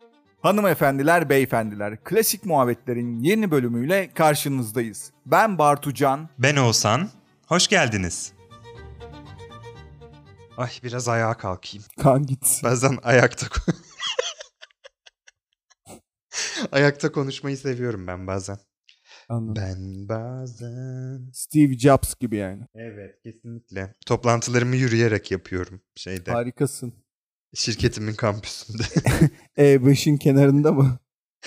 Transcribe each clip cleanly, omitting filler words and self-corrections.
Hanımefendiler, beyefendiler, klasik muhabbetlerin yeni bölümüyle karşınızdayız. Ben Bartucan. Ben Oğuzhan. Hoş geldiniz. Ay biraz ayağa kalkayım. Kan git. Bazen ayakta konuşmayı seviyorum ben bazen. Anladım. Ben bazen... Steve Jobs gibi yani. Evet, kesinlikle. Toplantılarımı yürüyerek yapıyorum şeyde. Harikasın. Şirketimin kampüsünde. E5'in kenarında mı?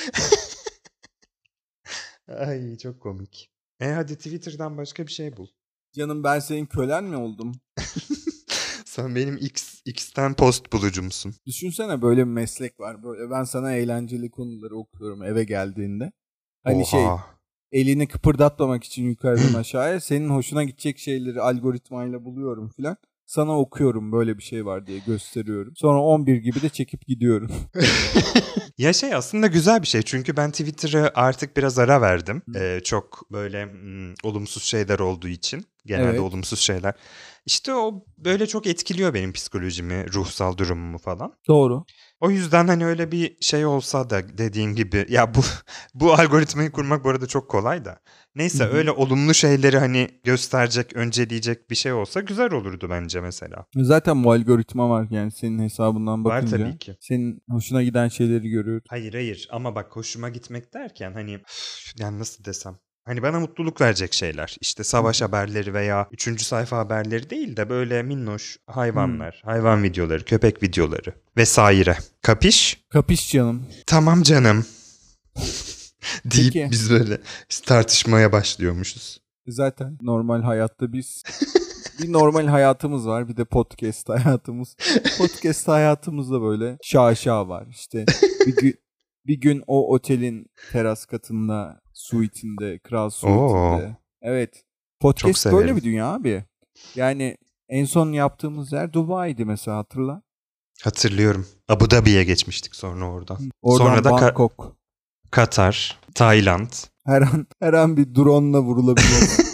Ay çok komik. Hadi Twitter'dan başka bir şey bul. Canım ben senin kölen mi oldum? Sen benim X'ten post bulucumsun. Düşünsene böyle bir meslek var. Böyle ben sana eğlenceli konuları okuyorum eve geldiğinde. Hani elini kıpırdatmamak için yukarıdan aşağıya senin hoşuna gidecek şeyleri algoritmayla buluyorum filan. Sana okuyorum böyle bir şey var diye gösteriyorum. Sonra 11 gibi de çekip gidiyorum. Ya aslında güzel bir şey çünkü ben Twitter'ı artık biraz ara verdim. Çok böyle olumsuz şeyler olduğu için. Genelde olumsuz şeyler. İşte o böyle çok etkiliyor benim psikolojimi, ruhsal durumumu falan. Doğru. O yüzden hani öyle bir şey olsa da dediğin gibi ya bu algoritmayı kurmak bu arada çok kolay da. Neyse öyle olumlu şeyleri hani gösterecek, önceleyecek bir şey olsa güzel olurdu bence mesela. Zaten bu algoritma var yani senin hesabından bakınca. Var tabii ki. Senin hoşuna giden şeyleri görüyoruz. Hayır ama bak hoşuma gitmek derken hani yani nasıl desem. Hani bana mutluluk verecek şeyler. İşte savaş haberleri veya 3. sayfa haberleri değil de böyle minnoş hayvanlar, hayvan videoları, köpek videoları vesaire. Kapiş? Kapiş canım. Tamam canım. deyip Peki. Biz böyle tartışmaya başlıyormuşuz. Zaten normal hayatta biz bir normal hayatımız var, bir de podcast hayatımız. Podcast hayatımızda böyle şaşa var. İşte bir gün o otelin teras katında, suite'inde, kral suite'inde. Evet. Podcast böyle bir dünya abi. Yani en son yaptığımız yer Dubai'di mesela, hatırla. Hatırlıyorum. Abu Dhabi'ye geçmiştik sonra oradan. Oradan sonra da Bangkok. Katar, Tayland. Her an bir drone'la vurulabilir.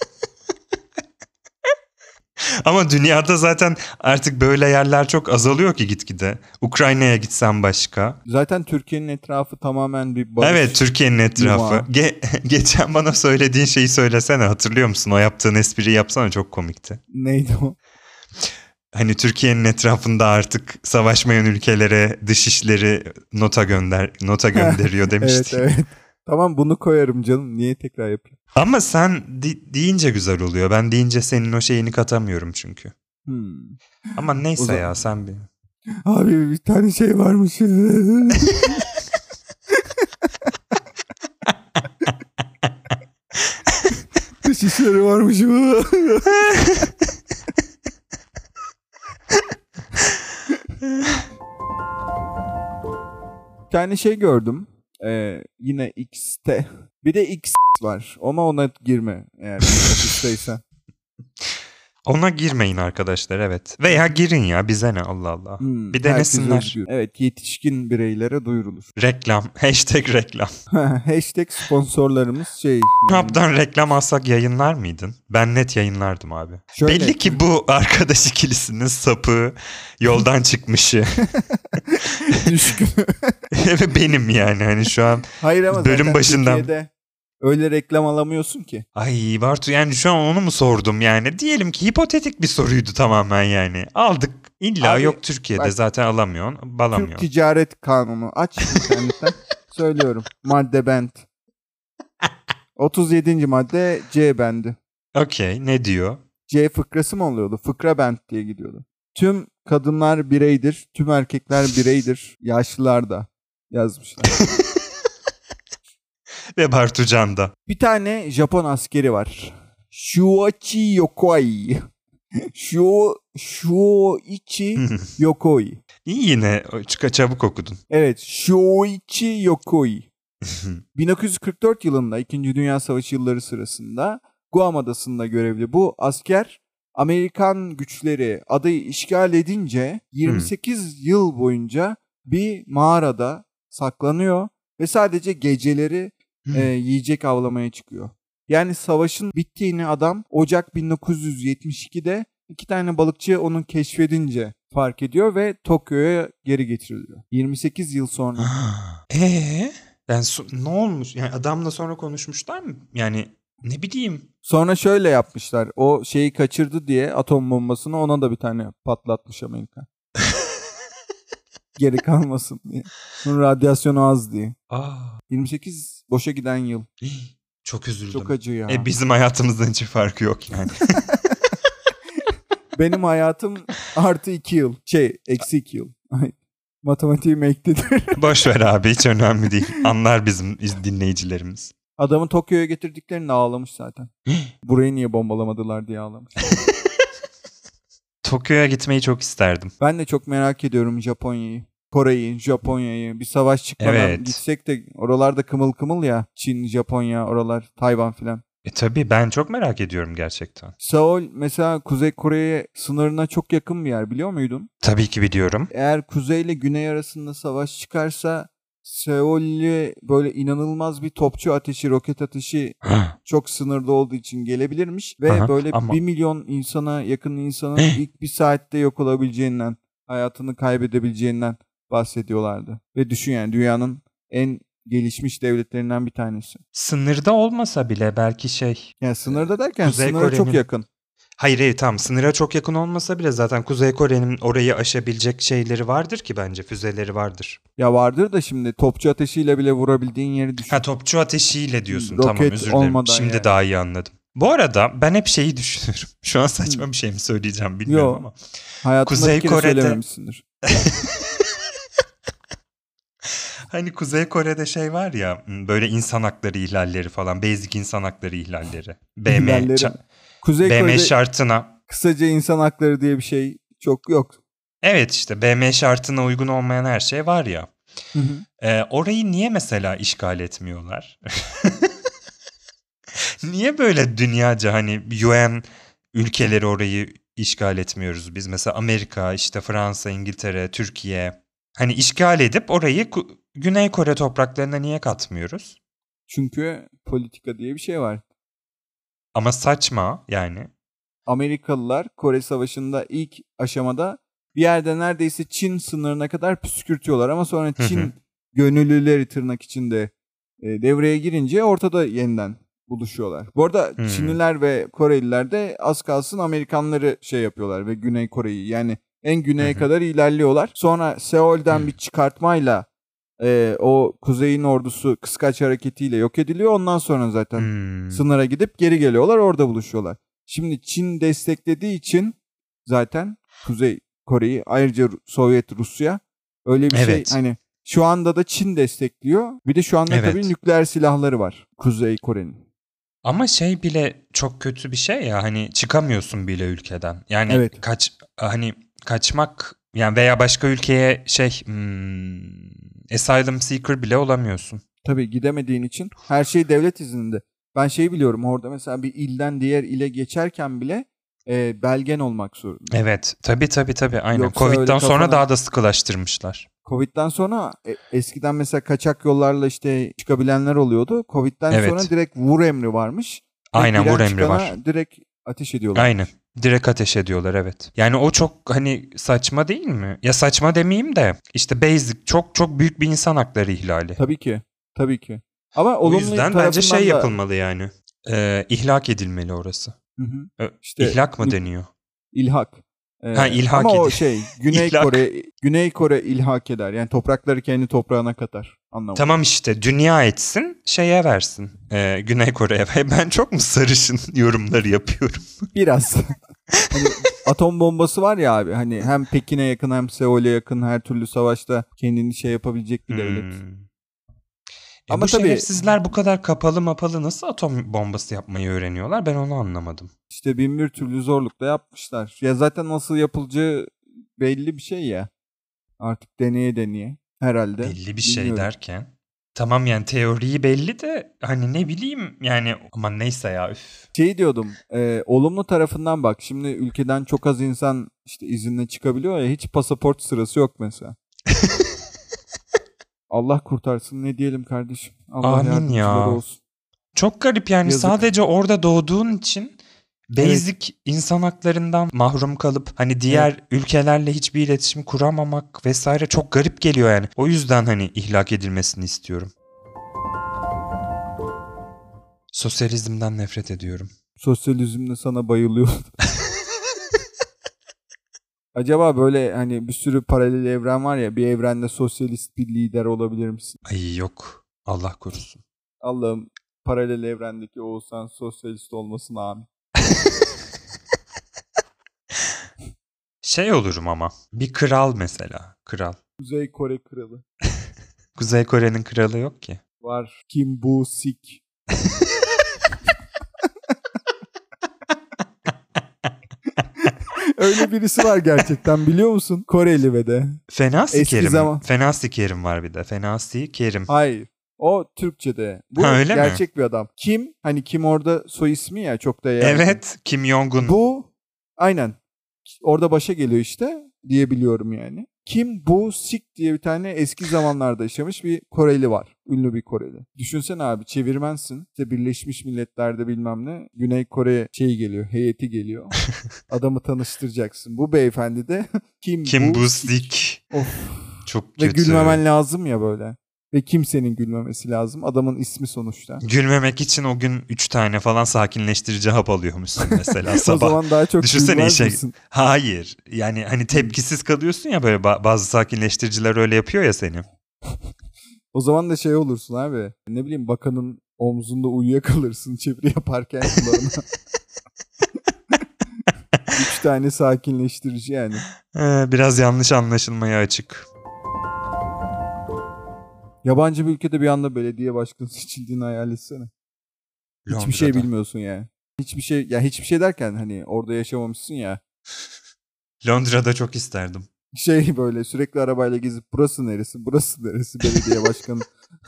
Ama dünyada zaten artık böyle yerler çok azalıyor ki gitgide. Ukrayna'ya gitsen başka. Zaten Türkiye'nin etrafı tamamen bir barış. Evet, Türkiye'nin etrafı. Geçen bana söylediğin şeyi söylesene, hatırlıyor musun? O yaptığın espriyi yapsana, çok komikti. Neydi o? Hani Türkiye'nin etrafında artık savaşmayan ülkelere dışişleri nota gönderiyor demiştik. Evet. Tamam, bunu koyarım canım. Niye tekrar yapayım? Ama sen deyince güzel oluyor. Ben deyince senin o şeyini katamıyorum çünkü. Ama neyse ya sen bir... Abi bir tane şey varmış. Dışişleri varmış. Bir tane şey gördüm. Yine X'te. Bir de X var. Ama ona girme eğer ofisteysen. Ona girmeyin arkadaşlar, evet. Veya girin ya, bize ne, Allah Allah. Bir denesinler. Evet, yetişkin bireylere duyurulur. Reklam. #reklam. #sponsorlarımız şey. Hap'tan reklam alsak yayınlar mıydın? Ben net yayınlardım abi. Belli ki bu arkadaş ikilisinin sapı, yoldan çıkmışı. Düşkün. Benim yani hani şu an. Hayır ama bölüm başından. Türkiye'de öyle reklam alamıyorsun ki. Ay Bartu, yani şu an onu mu sordum yani? Diyelim ki hipotetik bir soruydu tamamen yani. Aldık. İlla abi, yok Türkiye'de bak, zaten alamıyorsun. Balamıyorsun. Türk Ticaret Kanunu. Aç internetten. Söylüyorum. Madde bend. 37. madde C bendi. Okey. Ne diyor? C fıkrası mı oluyordu? Fıkra bend diye gidiyordu. Tüm kadınlar bireydir. Tüm erkekler bireydir. Yaşlılar da yazmışlar. Ve Bartucan'da. Bir tane Japon askeri var. Shuichi Yokoi. Shuichi Yokoi. İyi, yine çabuk okudun. Evet, Shuichi Yokoi. 1944 yılında 2. Dünya Savaşı yılları sırasında Guam Adası'nda görevli bu asker Amerikan güçleri adayı işgal edince 28 yıl boyunca bir mağarada saklanıyor ve sadece geceleri yiyecek avlamaya çıkıyor. Yani savaşın bittiğini adam Ocak 1972'de 2 tane balıkçı onu keşfedince fark ediyor ve Tokyo'ya geri getiriliyor. 28 yıl sonra. Ben ne olmuş? Yani adamla sonra konuşmuşlar mı? Yani ne bileyim. Sonra şöyle yapmışlar. O şeyi kaçırdı diye atom bombasını ona da bir tane patlatmış Amerika. Geri kalmasın diye. Bunun radyasyonu az diye. 28 boşa giden yıl. Çok üzüldüm. Çok acı ya. Bizim hayatımızdan hiç farkı yok yani. Benim hayatım artı 2 yıl. Eksi 2 yıl. Matematiğim eklidir. Boş ver abi, hiç önemli değil. Anlar bizim dinleyicilerimiz. Adamı Tokyo'ya getirdiklerinde ağlamış zaten. Burayı niye bombalamadılar diye ağlamış. Tokyo'ya gitmeyi çok isterdim. Ben de çok merak ediyorum Japonya'yı. Kore'yi, Japonya'yı. Bir savaş çıkmadan gitsek de oralarda kımıl kımıl ya. Çin, Japonya, oralar, Tayvan filan. Tabii ben çok merak ediyorum gerçekten. Seul mesela Kuzey Kore'ye sınırına çok yakın bir yer, biliyor muydun? Tabii ki biliyorum. Eğer Kuzey ile Güney arasında savaş çıkarsa Seul'e böyle inanılmaz bir topçu ateşi, roket ateşi çok sınırda olduğu için gelebilirmiş. Ve böyle 1 milyon insana yakın insanın ilk bir saatte yok olabileceğinden, hayatını kaybedebileceğinden bahsediyorlardı. Ve düşün yani dünyanın en gelişmiş devletlerinden bir tanesi. Sınırda olmasa bile belki Yani sınırda derken sınıra çok yakın. Hayır tamam, sınıra çok yakın olmasa bile zaten Kuzey Kore'nin orayı aşabilecek şeyleri vardır ki bence, füzeleri vardır. Ya vardır da şimdi topçu ateşiyle bile vurabildiğin yeri düşün. Topçu ateşiyle diyorsun. Roket tamam, özür dilerim. Şimdi yani. Daha iyi anladım. Bu arada ben hep şeyi düşünüyorum. Şu an saçma bir şey mi söyleyeceğim bilmiyorum ama. Hayatımda Kuzey bir kere Kore'de söylememişsindir. Hani Kuzey Kore'de var ya, böyle insan hakları ihlalleri falan, basic insan hakları ihlalleri. BM şartına. Kısaca insan hakları diye bir şey çok yok. Evet, işte BM şartına uygun olmayan her şey var ya. Hı hı. Orayı niye mesela işgal etmiyorlar? Niye böyle dünyaca hani UN ülkeleri orayı işgal etmiyoruz biz? Mesela Amerika, işte Fransa, İngiltere, Türkiye. Hani işgal edip orayı Güney Kore topraklarına niye katmıyoruz? Çünkü politika diye bir şey var. Ama saçma yani. Amerikalılar Kore Savaşı'nda ilk aşamada bir yerde neredeyse Çin sınırına kadar püskürtüyorlar ama sonra Çin gönüllüleri tırnak içinde devreye girince ortada yeniden buluşuyorlar. Bu arada Çinliler ve Koreliler de az kalsın Amerikanları yapıyorlar ve Güney Kore'yi, yani en güneye kadar ilerliyorlar. Sonra Seul'den bir çıkartmayla o kuzeyin ordusu kıskaç hareketiyle yok ediliyor. Ondan sonra zaten sınıra gidip geri geliyorlar, orada buluşuyorlar. Şimdi Çin desteklediği için zaten Kuzey Kore'yi, ayrıca Sovyet Rusya öyle bir şey, hani şu anda da Çin destekliyor. Bir de şu anda tabii nükleer silahları var Kuzey Kore'nin. Ama bile çok kötü bir şey ya, hani çıkamıyorsun bile ülkeden. Yani kaçmak yani veya başka ülkeye asylum seeker bile olamıyorsun. Tabii gidemediğin için her şey devlet izninde. Ben biliyorum, orada mesela bir ilden diğer ile geçerken bile belgen olmak zorunda. Evet, tabii aynen. Yoksa Covid'den sonra daha da sıkılaştırmışlar. Covid'den sonra eskiden mesela kaçak yollarla çıkabilenler oluyordu. Covid'den sonra direkt vur emri varmış. Aynen, vur emri var. Direkt ateş ediyorlar. Aynen. Direkt ateş ediyorlar, evet. Yani o çok hani saçma değil mi? Ya saçma demeyeyim de işte basic, çok çok büyük bir insan hakları ihlali. Tabii ki. Ama o yüzden bence yapılmalı yani. İhlak edilmeli orası. İhlak mı deniyor? İlhak. İlhak ama o Güney Kore ilhak eder. Yani toprakları kendi toprağına katar anlamında. Tamam, işte dünya etsin, versin. Güney Kore'ye. Ben çok mu sarışın yorumları yapıyorum? Biraz. Hani atom bombası var ya abi, hani hem Pekin'e yakın hem Seul'e yakın, her türlü savaşta kendini yapabilecek bir devlet. Ama bu şerefsizler bu kadar kapalı nasıl atom bombası yapmayı öğreniyorlar? Ben onu anlamadım. İşte bin bir türlü zorlukla yapmışlar. Ya zaten nasıl yapılacağı belli bir şey ya. Artık deneye herhalde. Belli bir şey derken? Tamam yani teoriyi belli de hani ne bileyim yani, ama neyse ya. Üf. Diyordum, olumlu tarafından bak. Şimdi ülkeden çok az insan izinle çıkabiliyor ya, hiç pasaport sırası yok mesela. Allah kurtarsın, ne diyelim kardeşim. Allah amin ya. Olsun. Çok garip yani. Yazık. Sadece orada doğduğun için Basic insan haklarından mahrum kalıp hani diğer ülkelerle hiçbir iletişim kuramamak vesaire çok garip geliyor yani. O yüzden hani ihlak edilmesini istiyorum. Sosyalizmden nefret ediyorum. Sosyalizmde sana bayılıyorum. Acaba böyle hani bir sürü paralel evren var ya, bir evrende sosyalist bir lider olabilir misin? Ay yok. Allah korusun. Allah'ım, paralel evrendeki Oğuzhan sosyalist olmasın amin. Şey olurum ama. Bir kral mesela. Kral. Kuzey Kore kralı. Kuzey Kore'nin kralı yok ki. Var. Kim Bu Sik. Öyle birisi var gerçekten, biliyor musun? Koreli ve de. Fena sikerim. zaman. Fena sikerim var bir de. Fena sikerim. Hayır. O Türkçe'de. Bu öyle gerçek mi? bir adam. Kim? Hani Kim orada soy ismi ya, çok da yaygın. Evet. Kim Jong-un. Bu aynen. Orada başa geliyor işte diyebiliyorum yani. Kim Bu Sik diye bir tane eski zamanlarda yaşamış bir Koreli var. Ünlü bir Koreli. Düşünsene abi, çevirmensin. İşte Birleşmiş Milletler'de bilmem ne. Güney Kore geliyor. Heyeti geliyor. Adamı tanıştıracaksın. Bu beyefendi de Kim Bu Sik. Of. Çok Ve kötü. gülmemen lazım ya böyle. Ve kimsenin gülmemesi lazım. Adamın ismi sonuçta. Gülmemek için o gün 3 tane falan sakinleştirici hap alıyormuşsun mesela sabah. O zaman daha çok Düşünsene gülmez işe... misin? Hayır. Yani hani tepkisiz kalıyorsun ya, böyle bazı sakinleştiriciler öyle yapıyor ya seni. O zaman da şey olursun abi. Ne bileyim, bakanın omzunda uyuyakalırsın çeviri yaparken kulağına. 3 tane sakinleştirici yani. Biraz yanlış anlaşılmaya açık. Yabancı bir ülkede bir anda belediye başkanı seçildiğini hayal etsene. Hiçbir şey bilmiyorsun yani. Hiçbir şey, ya hiçbir şey derken hani orada yaşamamışsın ya. Londra'da çok isterdim. Şey, böyle sürekli arabayla gezip burası neresi, burası neresi belediye başkanı.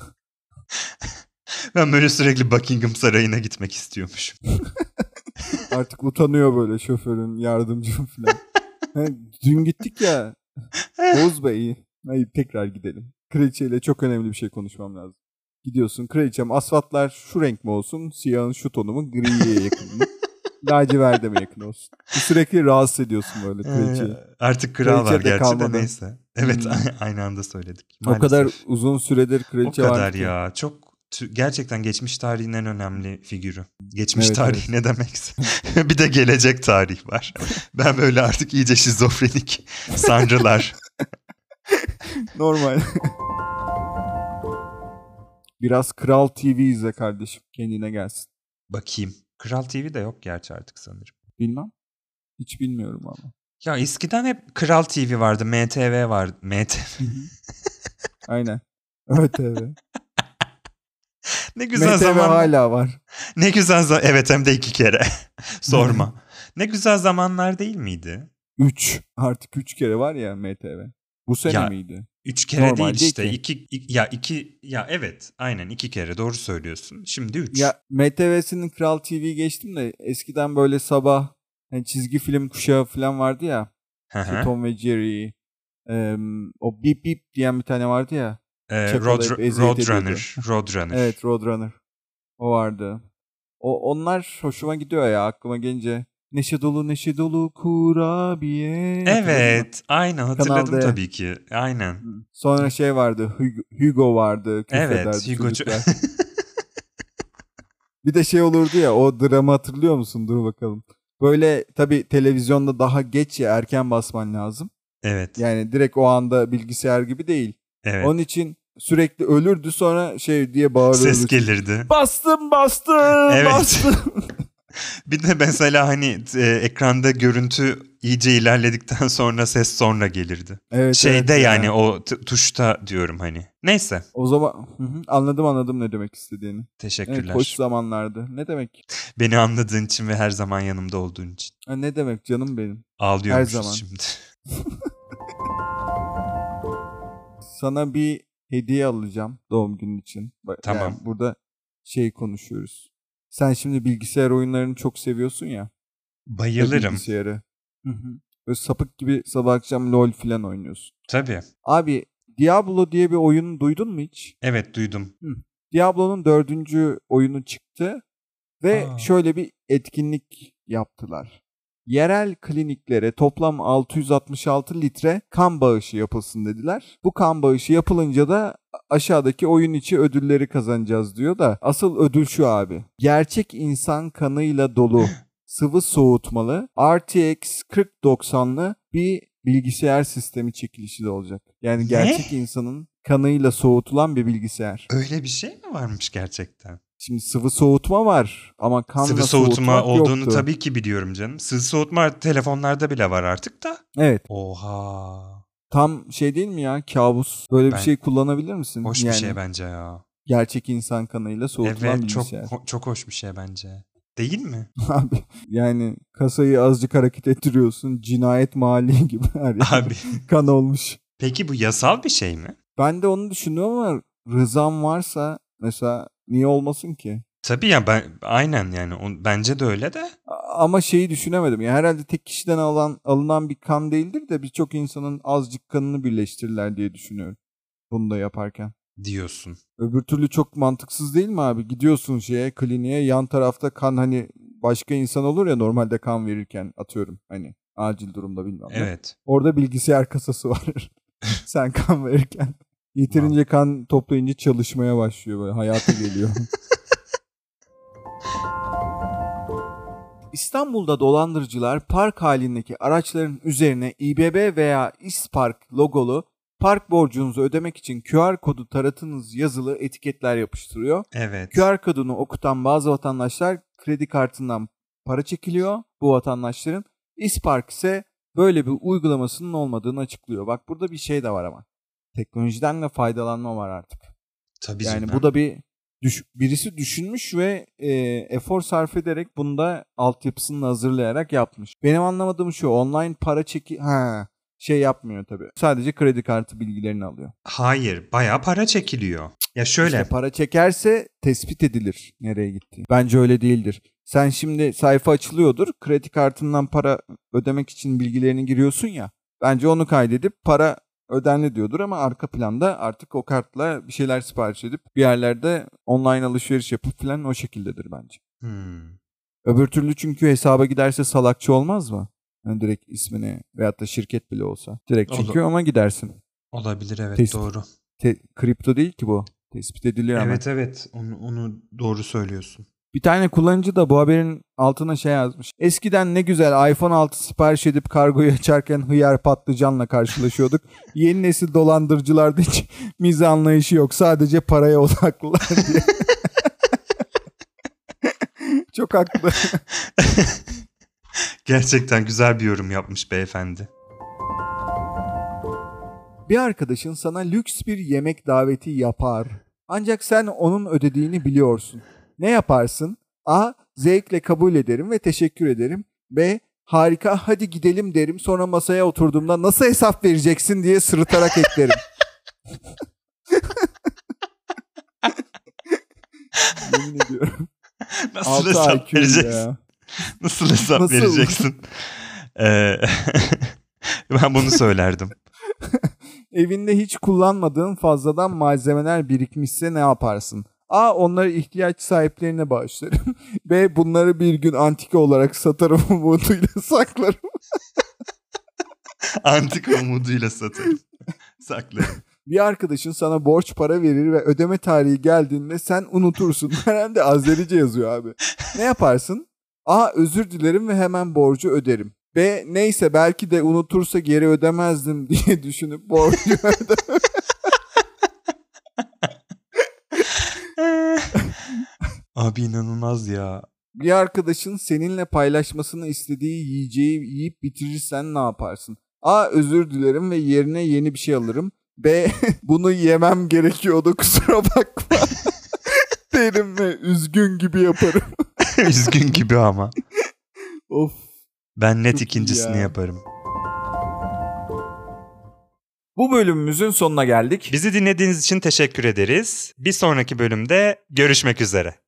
Ben böyle sürekli Buckingham Sarayı'na gitmek istiyormuşum. Artık utanıyor böyle şoförün, yardımcım falan. Dün gittik ya Oğuz Bey. Hayır, tekrar gidelim. Kraliçeyle çok önemli bir şey konuşmam lazım. Gidiyorsun, kraliçem asfaltlar şu renk mi olsun, siyahın şu tonu mu, griye yakın mı, laciverde mi yakın olsun. Sürekli rahatsız ediyorsun böyle kraliçeyi. Artık kral var gerçi kalmadı. de neyse. Evet, aynı anda söyledik. Maalesef. O kadar uzun süredir kraliçe var. O kadar ya. Çok gerçekten geçmiş tarihin en önemli figürü. Geçmiş evet, tarih ne demekse. Bir de gelecek tarih var. Ben böyle artık iyice şizofrenik sanrılar. Normal. Biraz Kral TV izle kardeşim. Kendine gelsin. Bakayım. Kral TV de yok gerçi artık sanırım. Bilmem. Hiç bilmiyorum ama. Ya eskiden hep Kral TV vardı. MTV vardı. Aynen. MTV. Ne güzel MTV zaman. hala var. Ne güzel zaman. Evet, hem de 2 kere. Sorma. Ne güzel zamanlar değil miydi? 3. Artık 3 kere var ya MTV. Bu sene miydi? 3 kere Normalde değil işte. 2 ya evet, aynen 2 kere, doğru söylüyorsun. Şimdi 3. Ya MTV'sinin Kral TV geçtim de eskiden böyle sabah hani çizgi film kuşağı falan vardı ya. İşte Tom ve Jerry. O Bip Bip diyen bir tane vardı ya. Roadrunner. Evet, Roadrunner. O vardı. Onlar hoşuma gidiyor ya, aklıma gelince. Neşe dolu kurabiye. Evet, aynen hatırladım Kanal D. tabii ki. Aynen. Sonra şey vardı, Hugo vardı. Evet, Hugo. Bir de şey olurdu ya, o dramı hatırlıyor musun? Dur bakalım. Böyle tabii televizyonda daha geç ya, erken basman lazım. Evet. Yani direkt o anda bilgisayar gibi değil. Evet. Onun için sürekli ölürdü, sonra şey diye bağırırdı. Ses gelirdi. Bastım. Evet. Bastım. Bir de mesela hani ekranda görüntü iyice ilerledikten sonra ses sonra gelirdi. Evet, şeyde evet, yani o tuşta diyorum hani. Neyse. O zaman anladım ne demek istediğini. Teşekkürler. Evet, hoş zamanlardı. Ne demek? Beni anladığın için ve her zaman yanımda olduğun için. Ne demek canım benim? Ağlıyormuşuz her zaman. Şimdi. Sana bir hediye alacağım doğum günün için. Tamam. Yani burada şey konuşuyoruz. Sen şimdi bilgisayar oyunlarını çok seviyorsun ya. Bayılırım. Bilgisayarı. Böyle sapık gibi sabah akşam LOL falan oynuyorsun. Tabii. Abi, Diablo diye bir oyun duydun mu hiç? Evet, duydum. Diablo'nun 4. oyunu çıktı. Ve şöyle bir etkinlik yaptılar. Yerel kliniklere toplam 666 litre kan bağışı yapılsın dediler. Bu kan bağışı yapılınca da aşağıdaki oyun içi ödülleri kazanacağız diyor da asıl ödül şu abi. Gerçek insan kanıyla dolu sıvı soğutmalı RTX 4090'lı bir bilgisayar sistemi çekilişi de olacak. Yani gerçek insanın kanıyla soğutulan bir bilgisayar. Öyle bir şey mi varmış gerçekten? Şimdi sıvı soğutma var ama kanla sıvı soğutma olduğunu yoktu. tabii ki biliyorum canım. Sıvı soğutma telefonlarda bile var artık da. Evet. Oha. Tam şey değil mi ya? Kabus. Böyle bir şey kullanabilir misin? Hoş bir şey bence ya. Gerçek insan kanıyla soğutulan evet, bilgisayar. çok hoş bir şey bence. Değil mi? Abi yani kasayı azıcık hareket ettiriyorsun. Cinayet mahalli gibi her yer Abi. kan olmuş. Peki bu yasal bir şey mi? Ben de onu düşünüyorum ama rızam varsa mesela niye olmasın ki? Tabii ya aynen yani bence de öyle de. Ama şeyi düşünemedim. Yani herhalde tek kişiden alınan bir kan değildir de birçok insanın azıcık kanını birleştirirler diye düşünüyorum. Bunu da yaparken. Diyorsun. Öbür türlü çok mantıksız değil mi abi? Gidiyorsun kliniğe, yan tarafta kan, hani başka insan olur ya normalde kan verirken, atıyorum hani acil durumda bilmem ne. Evet. Orada bilgisayar kasası var. Sen kan verirken yeterince kan toplayınca çalışmaya başlıyor, böyle hayata geliyor. İstanbul'da dolandırıcılar park halindeki araçların üzerine İBB veya İspark logolu park borcunuzu ödemek için QR kodu taratınız yazılı etiketler yapıştırıyor. Evet. QR kodunu okutan bazı vatandaşlar kredi kartından para çekiliyor bu vatandaşların. İspark ise böyle bir uygulamasının olmadığını açıklıyor. Bak burada bir şey de var ama. Teknolojiden de faydalanma var artık. Tabii yani canım. Bu da birisi düşünmüş ve efor sarf ederek bunu da altyapısını hazırlayarak yapmış. Benim anlamadığım şu, online para yapmıyor tabii. Sadece kredi kartı bilgilerini alıyor. Hayır, bayağı para çekiliyor. Ya şöyle. İşte para çekerse tespit edilir nereye gitti. Bence öyle değildir. Sen şimdi sayfa açılıyordur, kredi kartından para ödemek için bilgilerini giriyorsun ya. Bence onu kaydedip para ödenli diyordur ama arka planda artık o kartla bir şeyler sipariş edip bir yerlerde online alışveriş yapıp falan o şekildedir bence. Öbür türlü çünkü hesaba giderse salakçı olmaz mı? Yani direkt ismini veyahut da şirket bile olsa. Direkt çekiyor ama gidersin. Olabilir, evet, doğru. Kripto değil ki bu. Tespit ediliyor ama. Evet, onu doğru söylüyorsun. Bir tane kullanıcı da bu haberin altına yazmış. Eskiden ne güzel iPhone 6 sipariş edip kargoyu açarken hıyar patlıcanla karşılaşıyorduk. Yeni nesil dolandırıcılarda hiç mizah anlayışı yok. Sadece paraya odaklılar diye. Çok haklı. Gerçekten güzel bir yorum yapmış beyefendi. Bir arkadaşın sana lüks bir yemek daveti yapar. Ancak sen onun ödediğini biliyorsun. Ne yaparsın? A. Zevkle kabul ederim ve teşekkür ederim. B. Harika, hadi gidelim derim. Sonra masaya oturduğumda nasıl hesap vereceksin diye sırıtarak eklerim. Yemin ediyorum. Nasıl hesap vereceksin? Nasıl hesap vereceksin? Ben bunu söylerdim. Evinde hiç kullanmadığın fazladan malzemeler birikmişse ne yaparsın? A. Onları ihtiyaç sahiplerine bağışlarım. B. Bunları bir gün antika olarak satarım umuduyla saklarım. Antika umuduyla satarım. Saklarım. Bir arkadaşın sana borç para verir ve ödeme tarihi geldiğinde sen unutursun. Herhalde Azerice yazıyor abi. Ne yaparsın? A. Özür dilerim ve hemen borcu öderim. B. Neyse belki de unutursa geri ödemezdim diye düşünüp borcu öderim. Abi inanılmaz ya. Bir arkadaşın seninle paylaşmasını istediği yiyeceği yiyip bitirirsen ne yaparsın? A. Özür dilerim ve yerine yeni bir şey alırım. B. Bunu yemem gerekiyordu, kusura bakma derim ve üzgün gibi yaparım. Üzgün gibi ama. Of. Ben net ikincisini yaparım. Bu bölümümüzün sonuna geldik. Bizi dinlediğiniz için teşekkür ederiz. Bir sonraki bölümde görüşmek üzere.